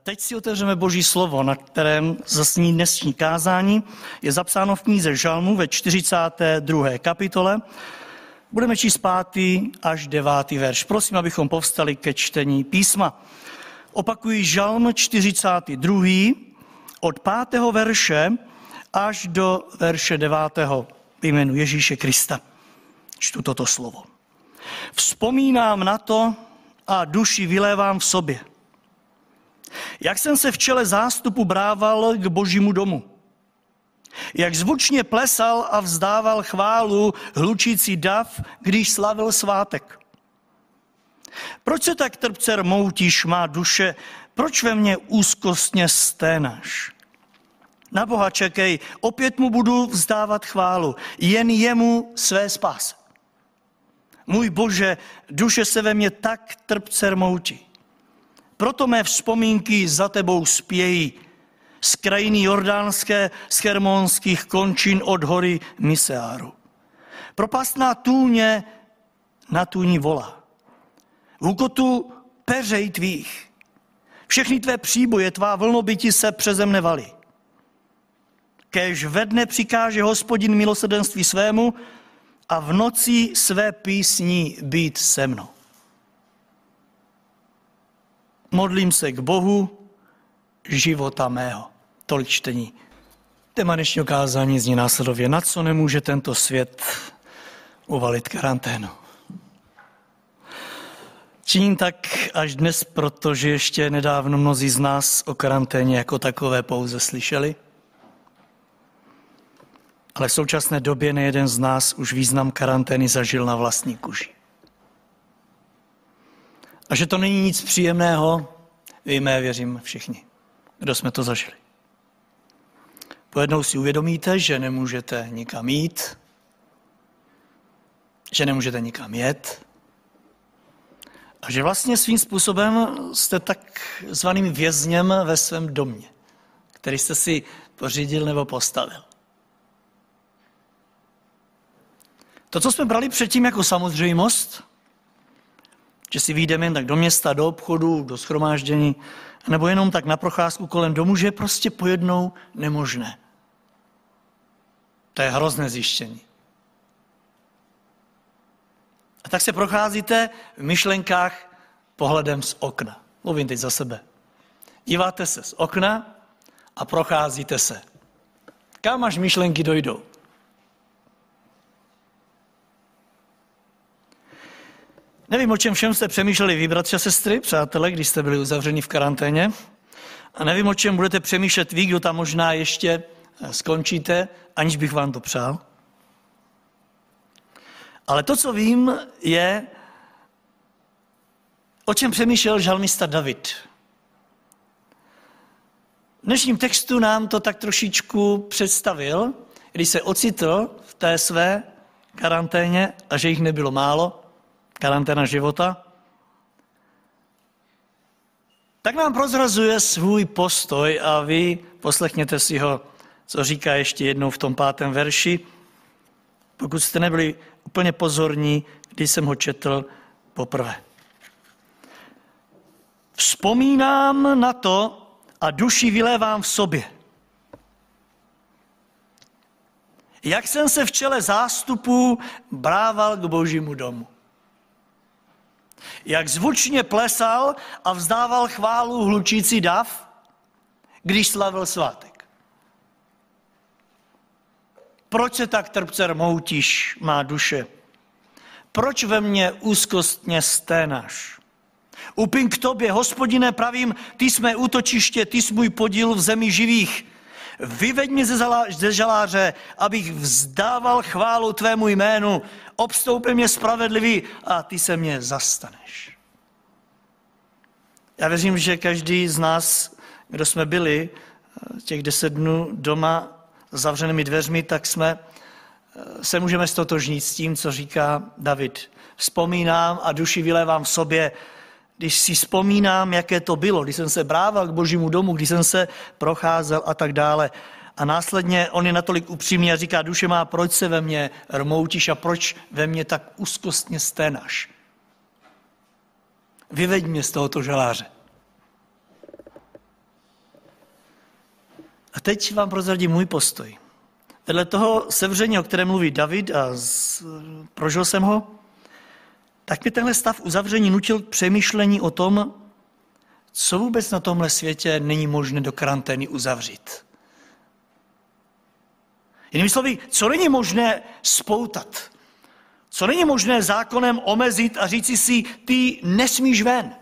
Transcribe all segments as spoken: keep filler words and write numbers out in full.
Teď si otevřeme Boží slovo, na kterém zasní dnešní kázání. Je zapsáno v knize Žalmů ve čtyřicáté druhé kapitole. Budeme číst pátý až devátý verš. Prosím, abychom povstali ke čtení písma. Opakuji Žalm čtyřicátý druhý od pátého verše až do verše devátého v jménu Ježíše Krista. Čtu toto slovo. Vzpomínám na to a duši vylévám v sobě. Jak jsem se v čele zástupu brával k Božímu domu. Jak zvučně plesal a vzdával chválu hlučící dav, když slavil svátek. Proč se tak trpce rmoutíš, má duše, proč ve mně úzkostně sténáš? Na Boha čekej, opět mu budu vzdávat chválu, jen jemu své spáse. Můj Bože, duše se ve mně tak trpce rmoutí. Proto mé vzpomínky za tebou spějí, z krajiny jordánské, z hermonských končin od hory Miseáru. Propastná tůně na tůni volá. V úkotu peřej tvých. Všechny tvé příboje, tvá vlnobytí se přeze mne valí. Kéž ve dne přikáže Hospodin milosrdenství svému a v noci své písní být se mnou. Modlím se k Bohu života mého. Tolik čtení. Téma dnešního kázání zní následovně. Na co nemůže tento svět uvalit karanténu? Činím tak až dnes, protože ještě nedávno mnozí z nás o karanténě jako takové pouze slyšeli. Ale v současné době nejeden z nás už význam karantény zažil na vlastní kůži. A že to není nic příjemného, víme, věřím všichni, kdo jsme to zažili. Pojednou si uvědomíte, že nemůžete nikam jít, že nemůžete nikam jet a že vlastně svým způsobem jste tak zvaným vězněm ve svém domě, který jste si pořídil nebo postavil. To, co jsme brali předtím jako samozřejmost, že si vyjdeme jen tak do města, do obchodu, do shromáždění, nebo jenom tak na procházku kolem domu, že je prostě pojednou nemožné. To je hrozné zjištění. A tak se procházíte v myšlenkách pohledem z okna. Mluvím teď za sebe. Díváte se z okna a procházíte se. Kam až myšlenky dojdou? Nevím, o čem všem jste přemýšleli vy, bratři a sestry, přátelé, když jste byli uzavřeni v karanténě. A nevím, o čem budete přemýšlet vy, kdo tam možná ještě skončíte, aniž bych vám to přál. Ale to, co vím, je, o čem přemýšlel žalmista David. V dnešním textu nám to tak trošičku představil, když se ocitl v té své karanténě a že jich nebylo málo, karanténa života, tak nám prozrazuje svůj postoj a vy poslechněte si ho, co říká ještě jednou v tom pátém verši, pokud jste nebyli úplně pozorní, když jsem ho četl poprvé. Vzpomínám na to a duši vylévám v sobě. Jak jsem se v čele zástupu brával k Božímu domu. Jak zvučně plesal a vzdával chválu hlučící dav, když slavil svátek. Proč se tak trpce rmoutíš, má duše? Proč ve mně úzkostně sténáš? Upím k tobě, Hospodine, pravím, ty jsi mé útočiště, ty jsi můj podíl v zemi živých. Vyveď mě ze žaláře, abych vzdával chválu tvému jménu. Obstoupí mě spravedlivý a ty se mě zastaneš. Já věřím, že každý z nás, kdo jsme byli těch deset dnů doma zavřenými dveřmi, tak jsme se můžeme stotožnit s tím, co říká David. Vzpomínám a duši vylévám v sobě, když si vzpomínám, jaké to bylo, když jsem se brával k Božímu domu, když jsem se procházel a tak dále. A následně on je natolik upřímný a říká, duše má, proč se ve mně rmoutíš a proč ve mně tak úzkostně sténáš? Vyveď mě z tohoto žaláře. A teď vám prozradím můj postoj. Vedle toho sevření, o kterém mluví David, a z, prožil jsem ho, tak mi tenhle stav uzavření nutil k přemýšlení o tom, co vůbec na tomhle světě není možné do karantény uzavřít. Jinými slovy, co není možné spoutat, co není možné zákonem omezit a říci si, ty nesmíš ven.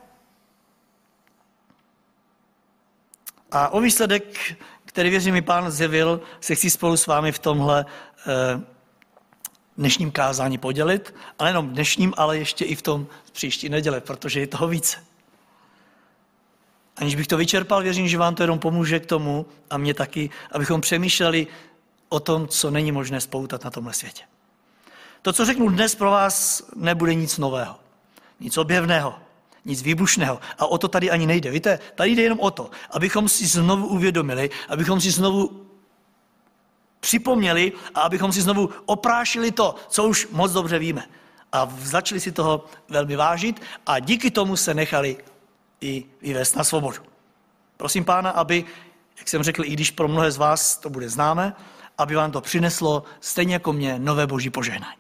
A o výsledek, který věřím mi Pán zjevil, se chci spolu s vámi v tomhle eh, dnešním kázání podělit. A nejenom dnešním, ale ještě i v tom příští neděle, protože je toho více. Aniž bych to vyčerpal, věřím, že vám to jenom pomůže k tomu a mě taky, abychom přemýšleli o tom, co není možné spoutat na tomhle světě. To, co řeknu dnes, pro vás nebude nic nového, nic objevného, nic výbušného. A o to tady ani nejde. Víte, tady jde jenom o to, abychom si znovu uvědomili, abychom si znovu připomněli a abychom si znovu oprášili to, co už moc dobře víme. A začali si toho velmi vážit a díky tomu se nechali i vyvést na svobodu. Prosím Pána, aby, jak jsem řekl, i když pro mnohé z vás to bude známé, aby vám to přineslo stejně jako mě nové boží požehnání.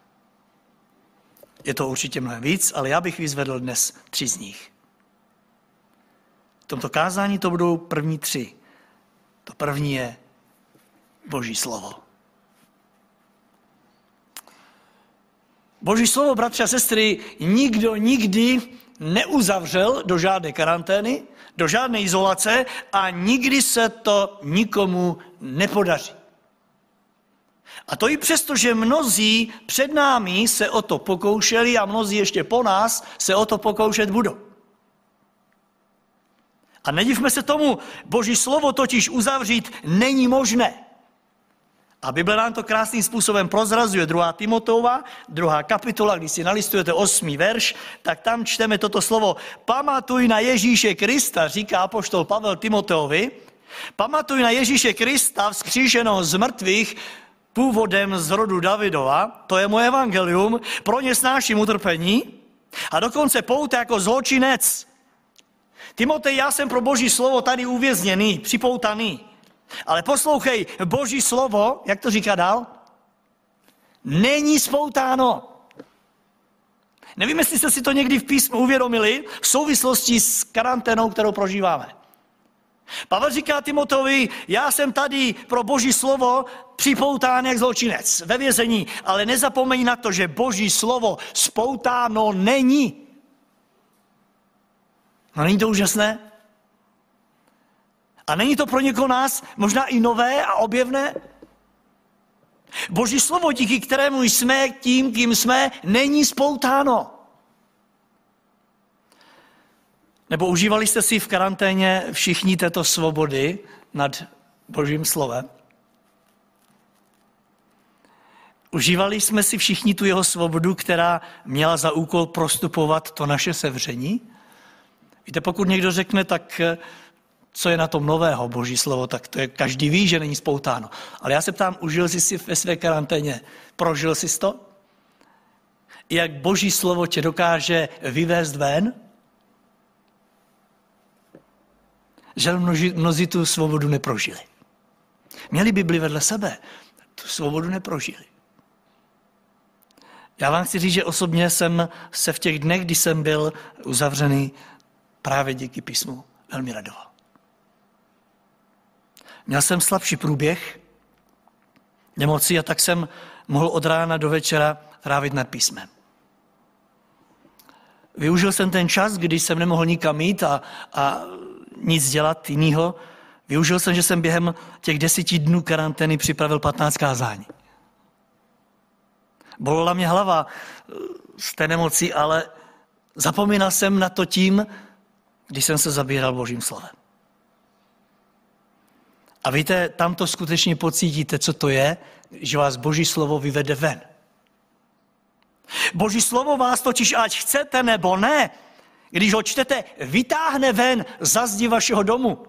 Je to určitě mnohem víc, ale já bych vyzvedl dnes tři z nich. V tomto kázání to budou první tři. To první je Boží slovo. Boží slovo, bratři a sestry, nikdo nikdy neuzavřel do žádné karantény, do žádné izolace a nikdy se to nikomu nepodaří. A to i přesto, že mnozí před námi se o to pokoušeli a mnozí ještě po nás se o to pokoušet budou. A nedivme se tomu, Boží slovo totiž uzavřít není možné. A Bible nám to krásným způsobem prozrazuje. druhá Timoteova, druhá kapitola, když si nalistujete osmý verš, tak tam čteme toto slovo. Pamatuj na Ježíše Krista, říká apoštol Pavel Timoteovi. Pamatuj na Ježíše Krista, vzkříšeného z mrtvých, původem z rodu Davidova, to je moje evangelium, pro ně snáším utrpení a dokonce pouta jako zločinec. Timotej, já jsem pro Boží slovo tady uvězněný, připoutaný. Ale poslouchej, Boží slovo, jak to říká dál, není spoutáno. Nevím, jestli jste si to někdy v písmu uvědomili v souvislosti s karanténou, kterou prožíváme. Pavel říká Timoteovi, já jsem tady pro Boží slovo připoután jak zločinec ve vězení, ale nezapomeň na to, že Boží slovo spoutáno není. No není to úžasné? A není to pro někoho nás možná i nové a objevné? Boží slovo, díky kterému jsme tím, kým jsme, není spoutáno. Nebo užívali jste si v karanténě všichni této svobody nad Božím slovem? Užívali jsme si všichni tu jeho svobodu, která měla za úkol prostupovat to naše sevření? Víte, pokud někdo řekne, tak co je na tom nového Boží slovo, tak to je, každý ví, že není spoutáno. Ale já se ptám, užil jsi si ve své karanténě, prožil jsi to? Jak Boží slovo tě dokáže vyvést ven? Že množí, mnozí tu svobodu neprožili. Měli Bibli vedle sebe, tu svobodu neprožili. Já vám chci říct, že osobně jsem se v těch dnech, kdy jsem byl uzavřený právě díky písmu, velmi radoval. Měl jsem slabší průběh nemocí a tak jsem mohl od rána do večera trávit nad písmem. Využil jsem ten čas, kdy jsem nemohl nikam jít a, a nic dělat jinýho. Využil jsem, že jsem během těch deseti dnů karantény připravil patnáct kázání. Bolela mě hlava z té nemoci, ale zapomínal jsem na to tím, když jsem se zabíral Božím slovem. A víte, tam to skutečně pocítíte, co to je, že vás Boží slovo vyvede ven. Boží slovo vás totiž, ať chcete nebo ne, když ho čtete, vytáhne ven za zdi vašeho domu.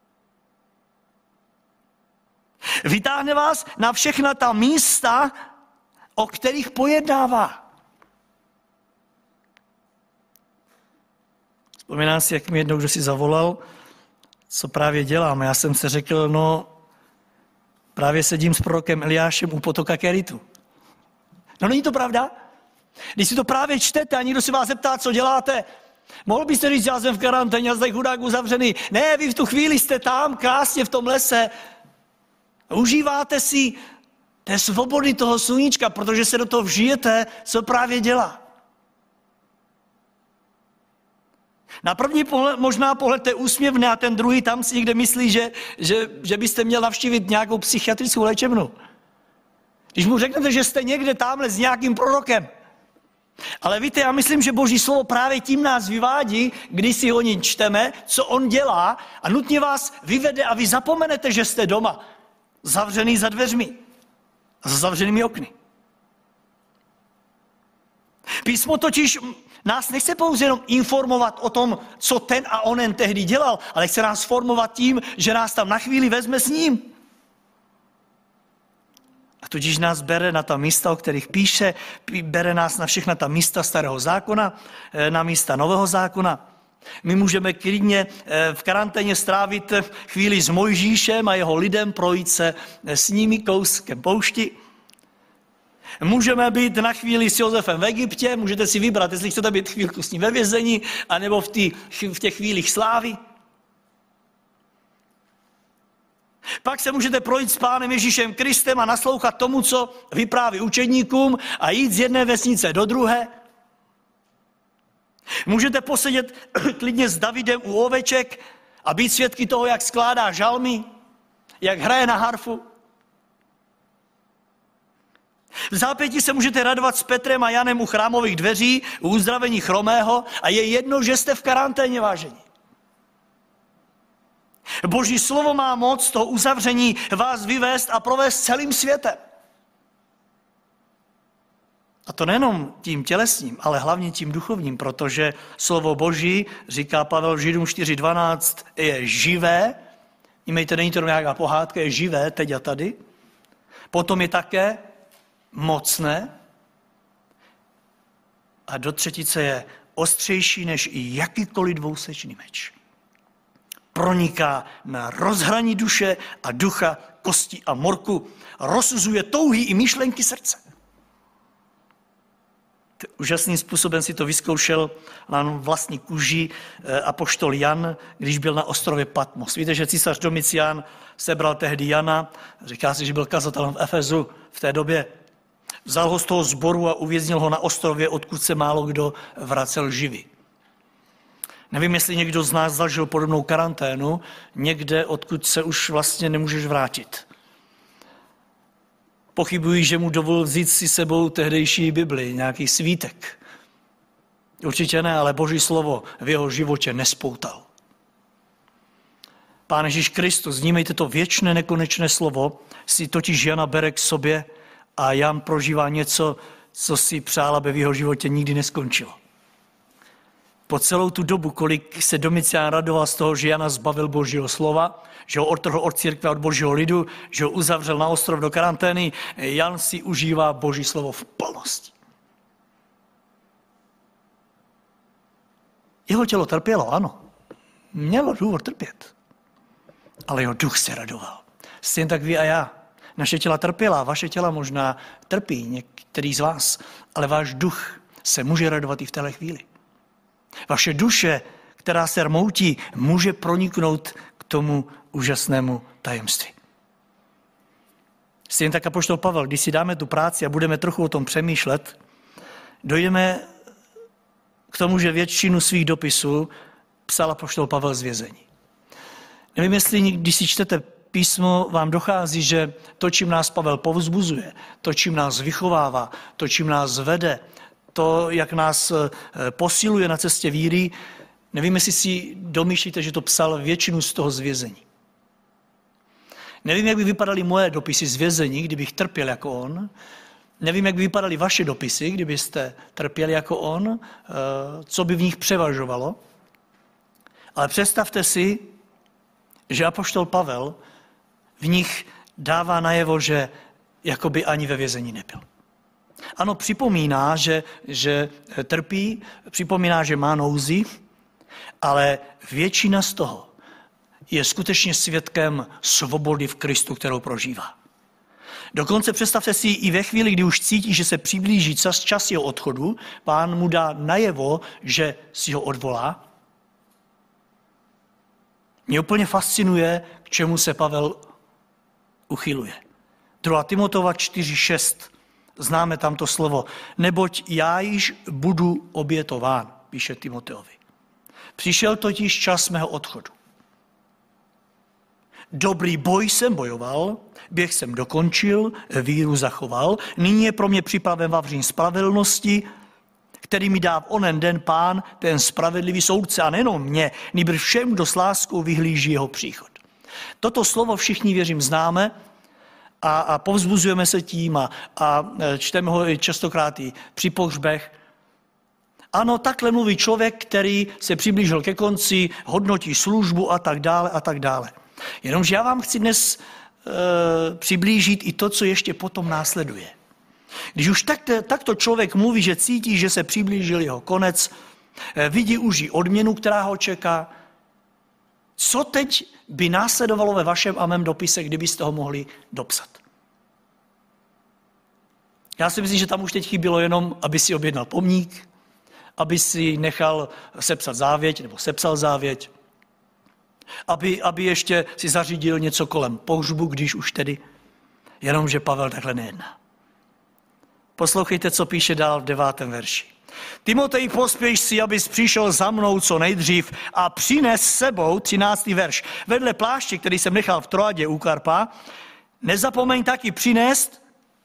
Vytáhne vás na všechna ta místa, o kterých pojednává. Vzpomínám si, jak mi jednou kdo si zavolal, co právě dělám. Já jsem se řekl, no, Právě sedím s prorokem Eliášem u potoka Keritu. No není to pravda? Když si to právě čtete a někdo se vás zeptá, co děláte, mohl byste říct, já jsem v karanténě a zde chudák uzavřený. Ne, vy v tu chvíli jste tam, krásně v tom lese. Užíváte si té svobody toho sluníčka, protože se do toho vžijete, co právě dělá. Na první pohled, možná pohled to je úsměvné a ten druhý tam si někde myslí, že, že, že byste měl navštívit nějakou psychiatrickou léčebnu. Když mu řeknete, že jste někde tamhle s nějakým prorokem. Ale víte, já myslím, že Boží slovo právě tím nás vyvádí, když si o něm čteme, co on dělá a nutně vás vyvede a vy zapomenete, že jste doma, zavřený za dveřmi a za zavřenými okny. Písmo totiž nás nechce pouze jenom informovat o tom, co ten a onen tehdy dělal, ale chce nás formovat tím, že nás tam na chvíli vezme s ním. A tudíž nás bere na ta místa, o kterých píše, bere nás na všechna ta místa starého zákona, na místa nového zákona. My můžeme klidně v karanténě strávit chvíli s Mojžíšem a jeho lidem, projít se s nimi kouskem poušti. Můžeme být na chvíli s Josefem v Egyptě, můžete si vybrat, jestli chcete být chvílku s ním ve vězení, anebo v, tý, v těch chvílích slávy. Pak se můžete projít s Pánem Ježíšem Kristem a naslouchat tomu, co vypráví učedníkům a jít z jedné vesnice do druhé. Můžete posedět klidně s Davidem u oveček a být svědky toho, jak skládá žalmy, jak hraje na harfu. V zápětí se můžete radovat s Petrem a Janem u chrámových dveří, u uzdravení chromého a je jedno, že jste v karanténě, vážení. Boží slovo má moc toho uzavření vás vyvést a provést celým světem. A to nejenom tím tělesním, ale hlavně tím duchovním, protože slovo Boží, říká Pavel v Židům čtyři dvanáct, je živé. Nímejte, není to nějaká pohádka, je živé teď a tady. Potom je také mocné a do třetice je ostřejší než i jakýkoliv dvousečný meč. Proniká na rozhraní duše a ducha, kosti a morku, rozsuzuje touhy i myšlenky srdce. Úžasným způsobem si to vyzkoušel na vlastní kůži apoštol Jan, když byl na ostrově Patmos. Víte, že císař Domicián sebral tehdy Jana, říká se, že byl kazatelem v Efezu v té době. Vzal ho z toho sboru a uvěznil ho na ostrově, odkud se málo kdo vracel živý. Nevím, jestli někdo z nás zažil podobnou karanténu, někde, odkud se už vlastně nemůžeš vrátit. Pochybuji, že mu dovolil vzít si sebou tehdejší Bibli, nějaký svítek. Určitě ne, ale Boží slovo v jeho životě nespoutal. Pán Ježíš Kristus, vnímejte to věčné, nekonečné slovo, si totiž Jana bere k sobě a Jan prožívá něco, co si přál, aby v jeho životě nikdy neskončilo. Po celou tu dobu, kolik se Domicián radoval z toho, že Jana zbavil Božího slova, že ho odtrhl od církve, od Božího lidu, že ho uzavřel na ostrov do karantény, Jan si užívá Boží slovo v plnosti. Jeho tělo trpělo, ano. Mělo důvod trpět. Ale jeho duch se radoval. Stejně tak vy a já. Naše těla trpěla, vaše těla možná trpí, některý z vás, ale váš duch se může radovat i v téhle chvíli. Vaše duše, která se rmoutí, může proniknout k tomu úžasnému tajemství. Stejně tak apoštol Pavel, když si dáme tu práci a budeme trochu o tom přemýšlet, dojdeme k tomu, že většinu svých dopisů psal apoštol Pavel z vězení. Nevím, jestli když si čtete písmo, vám dochází, že to, čím nás Pavel povzbuzuje, to, čím nás vychovává, to, čím nás vede, to, jak nás posiluje na cestě víry, nevím, jestli si domýšlíte, že to psal většinu z toho z vězení. Nevím, jak by vypadaly moje dopisy z vězení, kdybych trpěl jako on. Nevím, jak by vypadaly vaše dopisy, kdybyste trpěli jako on, co by v nich převažovalo. Ale představte si, že apoštol Pavel v nich dává najevo, že jakoby ani ve vězení nebyl. Ano, připomíná, že, že trpí, připomíná, že má nouzi, ale většina z toho je skutečně svědkem svobody v Kristu, kterou prožívá. Dokonce představte si i ve chvíli, kdy už cítí, že se přiblíží čas, čas jeho odchodu, Pán mu dá najevo, že si ho odvolá. Mě úplně fascinuje, k čemu se Pavel uchyluje. druhá Timotova čtyři šest. Známe tam to slovo. Neboť já již budu obětován, píše Timoteovi. Přišel totiž čas mého odchodu. Dobrý boj jsem bojoval, běh jsem dokončil, víru zachoval. Nyní je pro mě připraven vavřín spravedlnosti, který mi dá v onen den Pán, ten spravedlivý soudce, a nejenom mě, nýbrž všem, kdo s láskou vyhlíží jeho příchod. Toto slovo všichni, věřím, známe a, a povzbuzujeme se tím a, a čteme ho i častokrát i při pohřbech. Ano, takhle mluví člověk, který se přiblížil ke konci, hodnotí službu a tak dále a tak dále. Jenomže já vám chci dnes e, přiblížit i to, co ještě potom následuje. Když už takto, takto člověk mluví, že cítí, že se přiblížil jeho konec, e, vidí už i odměnu, která ho čeká, co teď by následovalo ve vašem a mém dopise, kdybyste ho mohli dopsat? Já si myslím, že tam už teď chybilo jenom, aby si objednal pomník, aby si nechal sepsat závěť, nebo sepsal závěť, aby, aby ještě si zařídil něco kolem pohřbu, když už tedy, jenomže Pavel takhle nejedná. Poslouchejte, co píše dál v devátém verši. Timotej, pospěš si, abys přišel za mnou co nejdřív a přines s sebou, třináctý verš, vedle pláště, který jsem nechal v Troadě u Karpa, nezapomeň taky přinést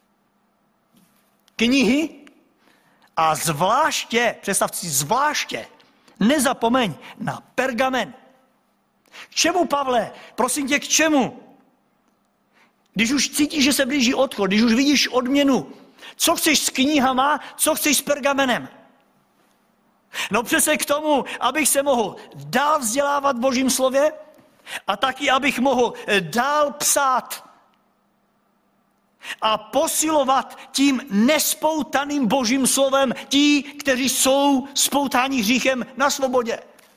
knihy a zvláště, představ si, zvláště, nezapomeň na pergamen. K čemu, Pavle? Prosím tě, k čemu? Když už cítíš, že se blíží odchod, když už vidíš odměnu, co chceš s knihama, co chceš s pergamenem? No přece k tomu, abych se mohl dál vzdělávat v Božím slově a taky, abych mohl dál psát a posilovat tím nespoutaným Božím slovem ti, kteří jsou spoutáni hříchem na svobodě.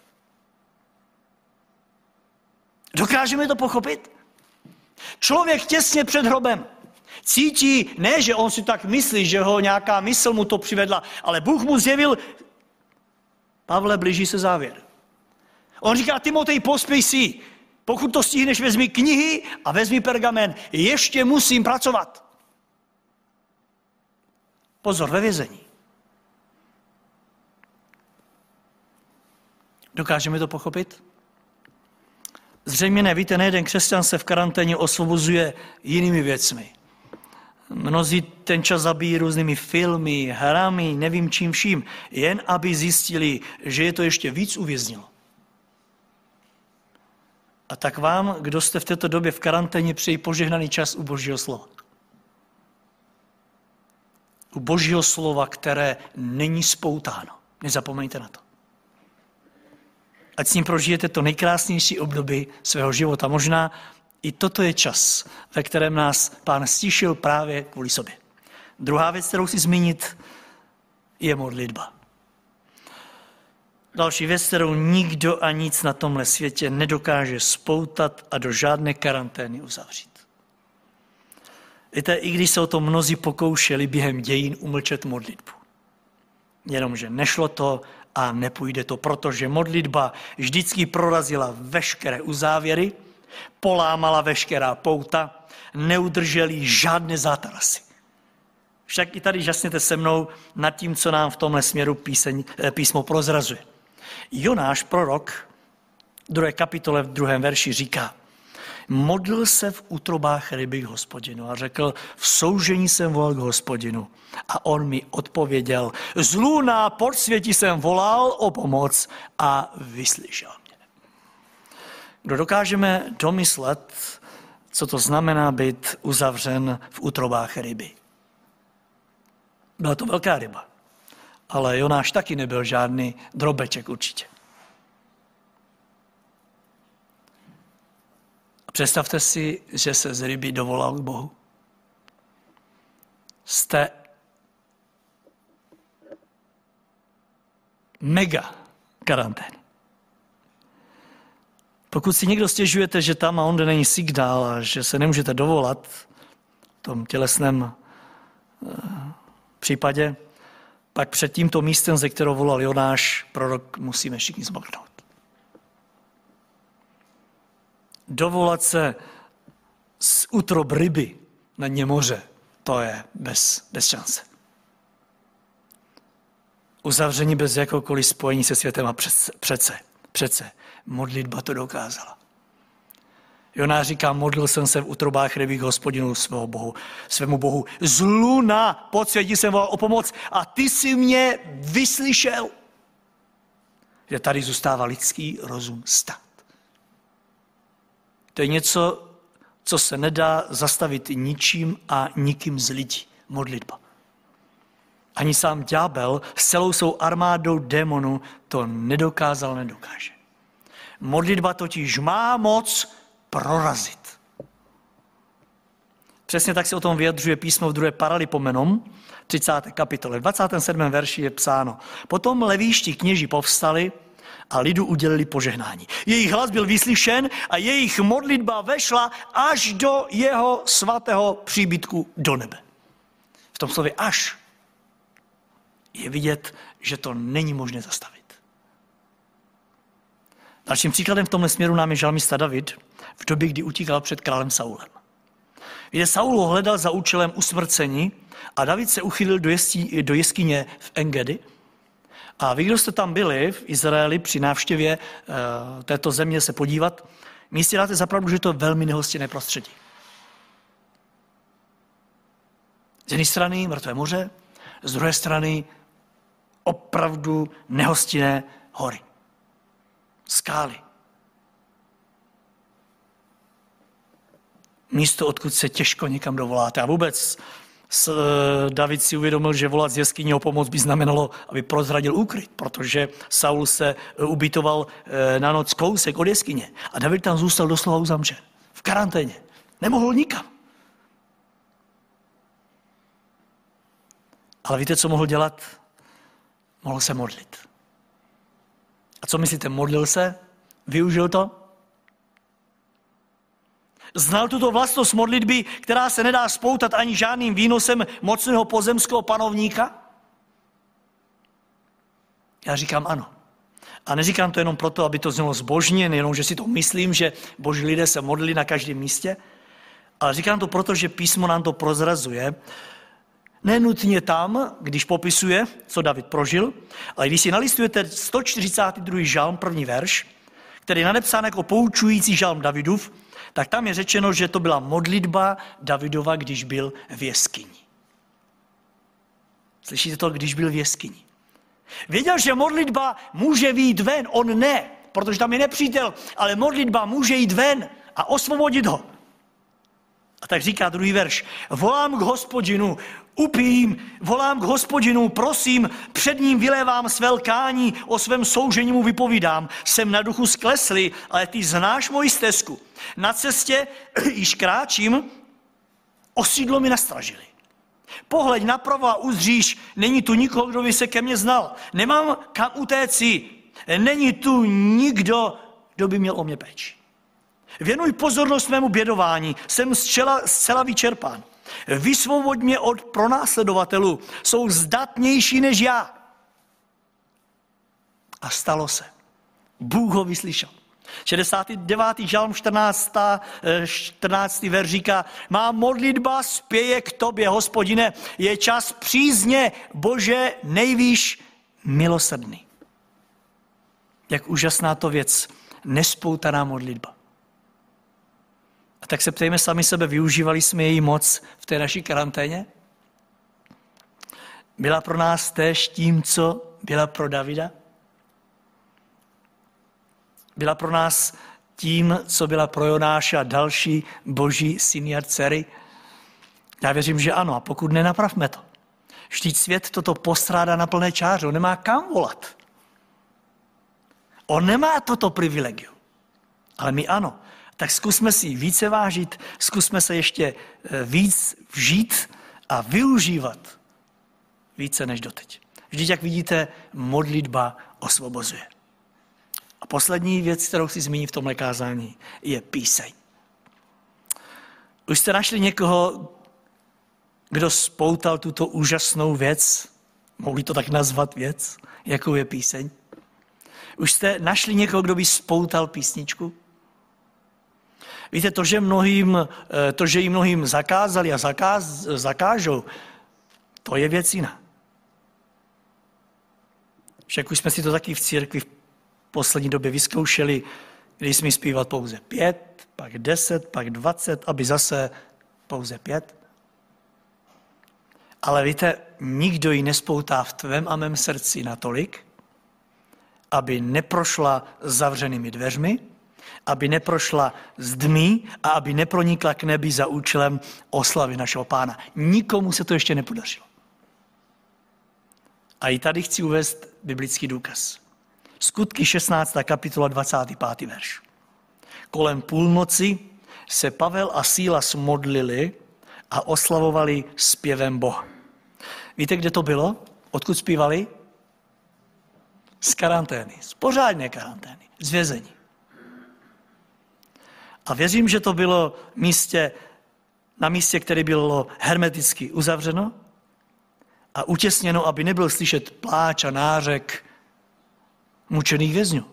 Dokážeme to pochopit? Člověk těsně před hrobem cítí, ne, že on si tak myslí, že ho nějaká mysl mu to přivedla, ale Bůh mu zjevil, Pavle, blíží se závěr. On říká, Timotej, pospěj si, pokud to stihneš, vezmi knihy a vezmi pergamen, ještě musím pracovat. Pozor, ve vězení. Dokážeme to pochopit? Zřejmě ne, víte, nejeden křesťan se v karanténě osvobozuje jinými věcmi. Mnozí ten čas zabíjí různými filmy, hrami, nevím čím vším, jen aby zjistili, že je to ještě víc uvěznilo. A tak vám, kdo jste v této době v karanténě, přeji požehnaný čas u Božího slova. U Božího slova, které není spoutáno. Nezapomeňte na to. Ať s ním prožijete to nejkrásnější období svého života. Možná i toto je čas, ve kterém nás Pán stišil právě kvůli sobě. Druhá věc, kterou chci zmínit, je modlitba. Další věc, kterou nikdo a nic na tomhle světě nedokáže spoutat a do žádné karantény uzavřít. Víte, i když se o to mnozí pokoušeli během dějin umlčet modlitbu. Jenomže nešlo to a nepůjde to, protože modlitba vždycky prorazila veškeré uzávěry, polámala veškerá pouta, neudrželi žádné zátarasy. Však i tady žasněte se mnou nad tím, co nám v tomhle směru píseň, písmo prozrazuje. Jonáš, prorok, v druhé kapitole, v druhém verši říká, modlil se v útrobách ryby k Hospodinu a řekl, v soužení jsem volal k Hospodinu a on mi odpověděl, z lůna podsvětí jsem volal o pomoc a vyslyšel mě. Kdo dokážeme domyslet, co to znamená být uzavřen v útrobách ryby? Byla to velká ryba, ale Jonáš taky nebyl žádný drobeček určitě. Představte si, že se z ryby dovolal k Bohu. Jste mega karantén. Pokud si někdo stěžujete, že tam a onde není signál a že se nemůžete dovolat, tom tělesném případě, pak před tímto místem, ze kterého volal Jonáš, prorok, musíme všichni zmoknout. Dovolat se z útrob ryby na dně moře, to je bez, bez šance. Uzavření bez jakoukoliv spojení se světem a přece, přece, přece, modlitba to dokázala. Jonáš říká, modlil jsem se v útrobách rybích Hospodinu svého bohu, svému bohu. Z luna podsvětí jsem volal o pomoc a ty jsi mě vyslyšel. Že tady zůstává lidský rozum stát. To je něco, co se nedá zastavit ničím a nikým z lidí. Modlitba. Ani sám ďábel s celou svou armádou démonů to nedokázal, nedokáže. Modlitba totiž má moc prorazit. Přesně tak se o tom vyjadřuje písmo v druhé Paralipomenom, třicáté kapitole. V dvacátém sedmém verši je psáno. Potom levíští kněží povstali a lidu udělili požehnání. Jejich hlas byl vyslyšen a jejich modlitba vešla až do jeho svatého příbytku do nebe. V tom slově až je vidět, že to není možné zastavit. Dalším příkladem v tomhle směru nám je žalmista David v době, kdy utíkal před králem Saulem. Kde Saul ho hledal za účelem usmrcení a David se uchylil do, jeský, do jeskyně v Engedi. A vy, kdo jste tam byli v Izraeli při návštěvě e, této země se podívat, mi jistě dáte zapravdu, že to je velmi nehostinné prostředí. Z jedné strany mrtvé moře, z druhé strany opravdu nehostinné hory. Skály. Místo, odkud se těžko někam dovoláte. A vůbec David si uvědomil, že volat z jeskyně o pomoc by znamenalo, aby prozradil úkryt, protože Saul se ubytoval na noc kousek od jeskyně. A David tam zůstal doslova uzamřen. V karanténě. Nemohl nikam. Ale víte, co mohl dělat? Mohl se modlit. A co myslíte, modlil se? Využil to? Znal tuto vlastnost modlitby, která se nedá spoutat ani žádným výnosem mocného pozemského panovníka? Já říkám ano. A neříkám to jenom proto, aby to znělo zbožně, nejenom, že si to myslím, že boží lidé se modlí na každém místě, ale říkám to proto, že písmo nám to prozrazuje, nenutně tam, když popisuje, co David prožil, ale když si nalistujete sto čtyřicátý druhý žalm, první verš, který je nadepsán jako poučující žalm Davidův, tak tam je řečeno, že to byla modlitba Davidova, když byl v jeskyni. Slyšíte to, když byl v jeskyni? Věděl, že modlitba může vyjít ven, on ne, protože tam je nepřítel, ale modlitba může jít ven a osvobodit ho. A tak říká druhý verš, volám k Hospodinu, upím, volám k Hospodinu, prosím, před ním vylévám své lkání, o svém soužení mu vypovídám, jsem na duchu skleslý, ale ty znáš moji stezku. Na cestě, již kráčím, osídlo mi nastražili. Pohleď napravo a uzříš, není tu nikoho, kdo by se ke mně znal. Nemám kam utéci, není tu nikdo, kdo by měl o mě péči. Věnuj pozornost mému bědování, jsem zcela, zcela vyčerpán. Vysvoboď mě od pronásledovatelů, jsou zdatnější než já. A stalo se. Bůh ho vyslyšel. šedesátý devátý žalm čtrnáctý verš říká, má modlitba spěje k tobě, Hospodine, je čas přízně, Bože, nejvýš milosrdný. Jak úžasná to věc, nespoutaná modlitba. A tak se ptejme sami sebe, využívali jsme její moc v té naší karanténě? Byla pro nás též tím, co byla pro Davida? Byla pro nás tím, co byla pro Jonáše a další boží syny a dcery? Já věřím, že ano, a pokud ne, napravme to. Vždyť svět toto postrádá na plné čáře, on nemá kam volat. On nemá toto privilegium, ale my ano. Tak zkusme si více vážit, zkusme se ještě víc vžít a využívat více než doteď. Vždyť, jak vidíte, modlitba osvobozuje. A poslední věc, kterou chci zmínit v tomhle kázání, je píseň. Už jste našli někoho, kdo spoutal tuto úžasnou věc, mohli to tak nazvat věc, jakou je píseň? Už jste našli někoho, kdo by spoutal písničku? Víte, to, že, mnohým, to, že ji mnohým zakázali a zakáz, zakážou, to je věc jiná. Však už jsme si to taky v církvi v poslední době vyzkoušeli, když jsme zpívat pouze pět, pak deset, pak dvacet, aby zase pouze pět. Ale víte, nikdo ji nespoutá v tvém a mém srdci natolik, aby neprošla zavřenými dveřmi, aby neprošla zdmi a aby nepronikla k nebi za účelem oslavy našeho Pána. Nikomu se to ještě nepodařilo. A i tady chci uvést biblický důkaz. Skutky šestnáctá kapitola dvacátý pátý verš. Kolem půlnoci se Pavel a Sílas modlili a oslavovali zpěvem Boha. Víte, kde to bylo? Odkud zpívali? Z karantény, z pořádné karantény, z vězení. A věřím, že to bylo místě, na místě, které bylo hermeticky uzavřeno a utěsněno, aby nebyl slyšet pláč a nářek mučených vězňů.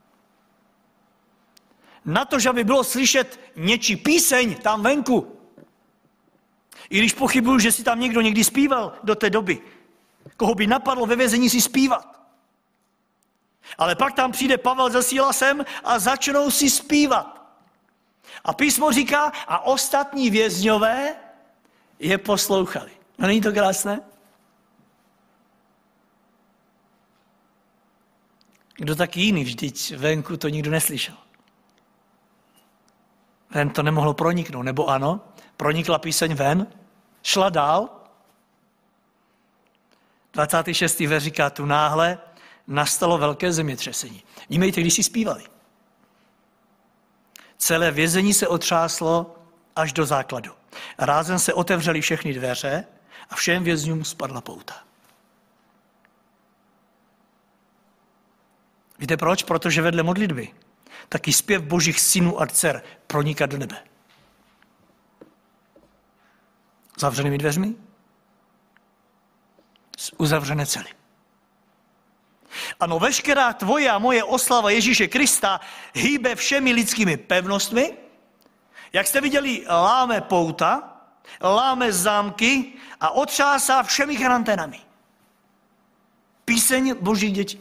Na to, že by bylo slyšet něčí píseň tam venku. I když pochybuju, že si tam někdo někdy zpíval do té doby, koho by napadlo ve vězení si zpívat. Ale pak tam přijde Pavel se Sílasem a začnou si zpívat. A písmo říká, a ostatní vězňové je poslouchali. No není to krásné? Kdo taky jiný, vždyť venku to nikdo neslyšel. Ven to nemohlo proniknout, nebo ano? Pronikla píseň ven, šla dál. dvacátý šestý verš říká, tu náhle nastalo velké zemětřesení. Vnímejte, když si zpívali. Celé vězení se otřáslo až do základu. Rázem se otevřely všechny dveře a všem vězňům spadla pouta. Víte proč? Protože vedle modlitby taky zpěv božích synů a dcer proniká do nebe. Zavřenými dveřmi? Uzavřené cely. Ano, veškerá tvoje a moje oslava Ježíše Krista hýbe všemi lidskými pevnostmi. Jak jste viděli, láme pouta, láme zámky a otřásá všemi karanténami. Píseň božích dětí.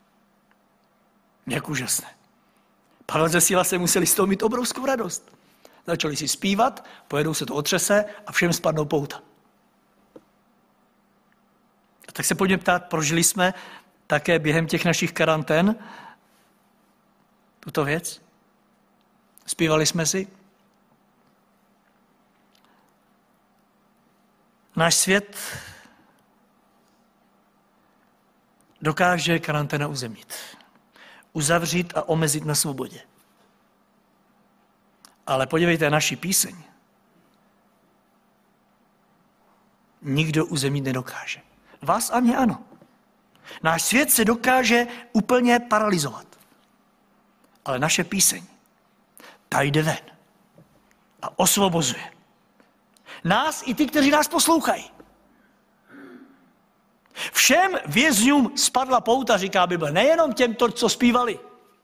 Jak úžasné. Pavel se Sílasem museli z toho mít obrovskou radost. Začali si zpívat, pojedou se to otřese a všem spadnou pouta. A tak se pojďme ptát, prožili jsme také během těch našich karantén tuto věc? Zpívali jsme si? Náš svět dokáže karanténa uzemnit. Uzavřít a omezit na svobodě. Ale podívejte, naši píseň nikdo uzemnit nedokáže. Vás a mě ano. Náš svět se dokáže úplně paralyzovat. Ale naše píseň, ta jde ven a osvobozuje. Nás i ty, kteří nás poslouchají. Všem vězňům spadla pouta, říká Bible, nejenom těm, co zpívali.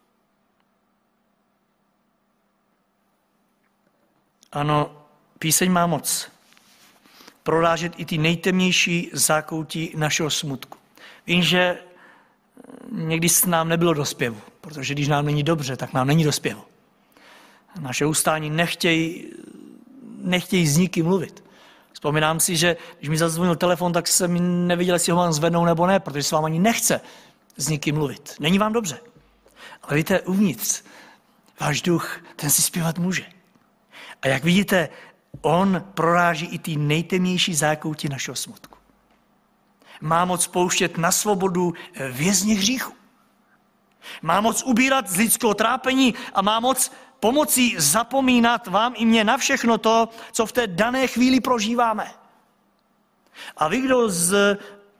Ano, píseň má moc prorážet i ty nejtemnější zákoutí našeho smutku. Vím, že někdy s nám nebylo do zpěvu, protože když nám není dobře, tak nám není do zpěvu. Naše ústání nechtějí, nechtějí s nikým mluvit. Vzpomínám si, že když mi zazvonil telefon, tak jsem nevěděl, jestli ho mám zvednout nebo ne, protože se vám ani nechce s nikým mluvit. Není vám dobře. Ale víte, uvnitř, váš duch, ten si zpívat může. A jak vidíte, on proráží i ty nejtemnější zákoutí našeho smutku. Má moc pouštět na svobodu vězně hříchu. Má moc ubírat z lidského trápení a má moc pomocí zapomínat vám i mně na všechno to, co v té dané chvíli prožíváme. A vy, kdo z,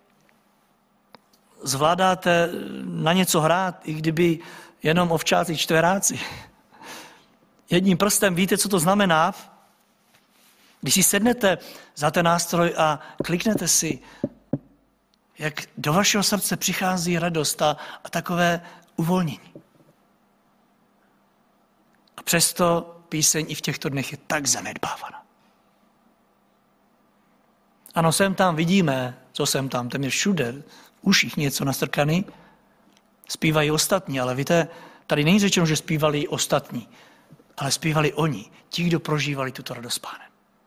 zvládáte na něco hrát, i kdyby jenom ovčáci, čtveráci, jedním prstem víte, co to znamená, Když si sednete za ten nástroj a kliknete si, jak do vašeho srdce přichází radost a, a takové uvolnění. A přesto píseň i v těchto dnech je tak zanedbávaná. Ano, sem tam vidíme, co sem tam, téměř všude, v uších něco nastrkaný, zpívají ostatní, ale víte, tady není řečeno, že zpívali ostatní, ale zpívali oni, ti, kdo prožívali tuto radost s Pánem.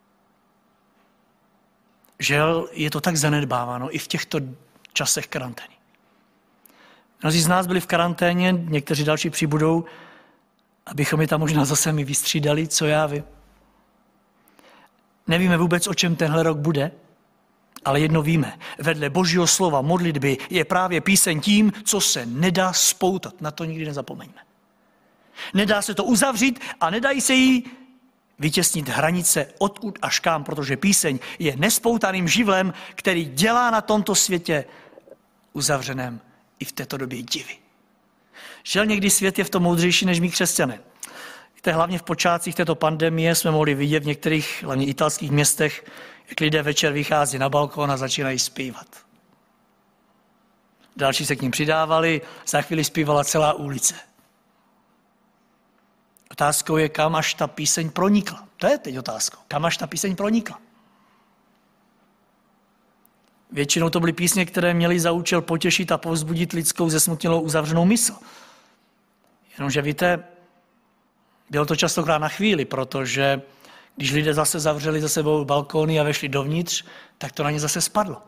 Žel je to tak zanedbáváno i v těchto časech karantény. Mnozí z nás byli v karanténě, někteří další přibudou, abychom je tam možná zase mi vystřídali, co já vím. Nevíme vůbec, o čem tenhle rok bude, ale jedno víme. Vedle Božího slova, modlitby je právě píseň tím, co se nedá spoutat. Na to nikdy nezapomeňme. Nedá se to uzavřít a nedají se jí vytěsnit hranice odkud až kam, protože píseň je nespoutaným živlem, který dělá na tomto světě uzavřeném i v této době divy. Žel někdy svět je v tom moudřejší než my křesťané. Víte, hlavně v počátcích této pandemie jsme mohli vidět v některých, hlavně italských městech, jak lidé večer vychází na balkón a začínají zpívat. Další se k ním přidávali, za chvíli zpívala celá ulice. Otázkou je, kam až ta píseň pronikla. To je teď otázkou. Kam až ta píseň pronikla. Většinou to byly písně, které měly za účel potěšit a povzbudit lidskou zesmutnělou uzavřenou mysl. Jenomže víte, bylo to častokrát na chvíli, protože když lidé zase zavřeli za sebou balkóny a vešli dovnitř, tak to na ně zase spadlo.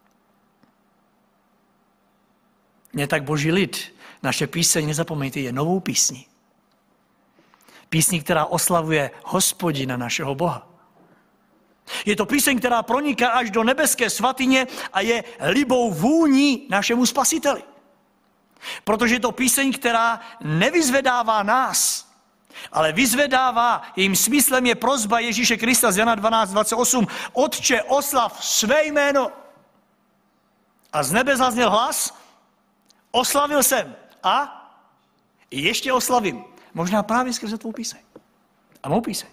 Ne tak Boží lid. Naše píseň, nezapomeňte, je novou písní. Písní, která oslavuje Hospodina, našeho Boha. Je to píseň, která proniká až do nebeské svatyně a je libou vůní našemu Spasiteli. Protože je to píseň, která nevyzvedává nás, ale vyzvedává, jejím smyslem je prosba Ježíše Krista z Jana dvanáct dvacet osm. Otče, oslav své jméno. A z nebe zazněl hlas, oslavil jsem a ještě oslavím. Možná právě skrze tvou píseň. A mou píseň.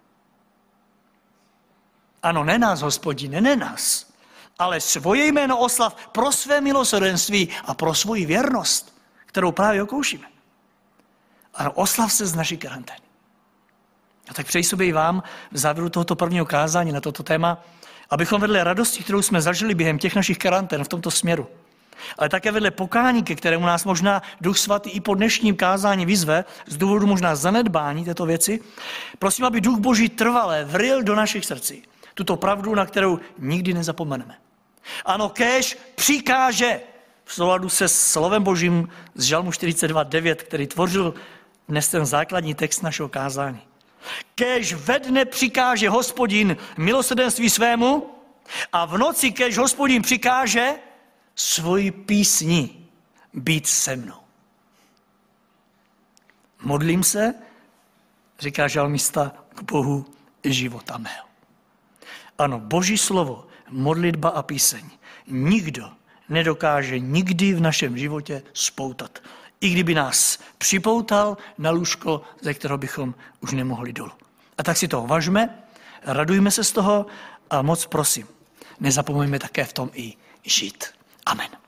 Ano, ne nás, Hospodine, ne nás, ale svoje jméno oslav pro své milosrdenství a pro svoji věrnost, kterou právě okoušíme. Ano, oslav se z naší karantény. A tak přeji sobě i vám v závěru tohoto prvního kázání na toto téma, abychom vedle radosti, kterou jsme zažili během těch našich karantén v tomto směru, ale také vedle pokání, ke kterému nás možná Duch Svatý i po dnešním kázání vyzve, z důvodu možná zanedbání této věci, prosím, aby Duch Boží trvale vril do našich srdcí tuto pravdu, na kterou nikdy nezapomeneme. Ano, kéž přikáže v souladu se slovem Božím z Žalmu čtyřicet dva devět, který tvořil dnes ten základní text našeho kázání. Kéž ve dne přikáže Hospodin milosrdenství svému a v noci kéž Hospodin přikáže svoji písni být se mnou. Modlím se, říká žalmista, k Bohu života mého. Ano, Boží slovo, modlitba a píseň nikdo nedokáže nikdy v našem životě spoutat. I kdyby nás připoutal na lůžko, ze kterého bychom už nemohli dolů. A tak si to uvažme, radujme se z toho a moc prosím, nezapomeňme také v tom i žít. Amen.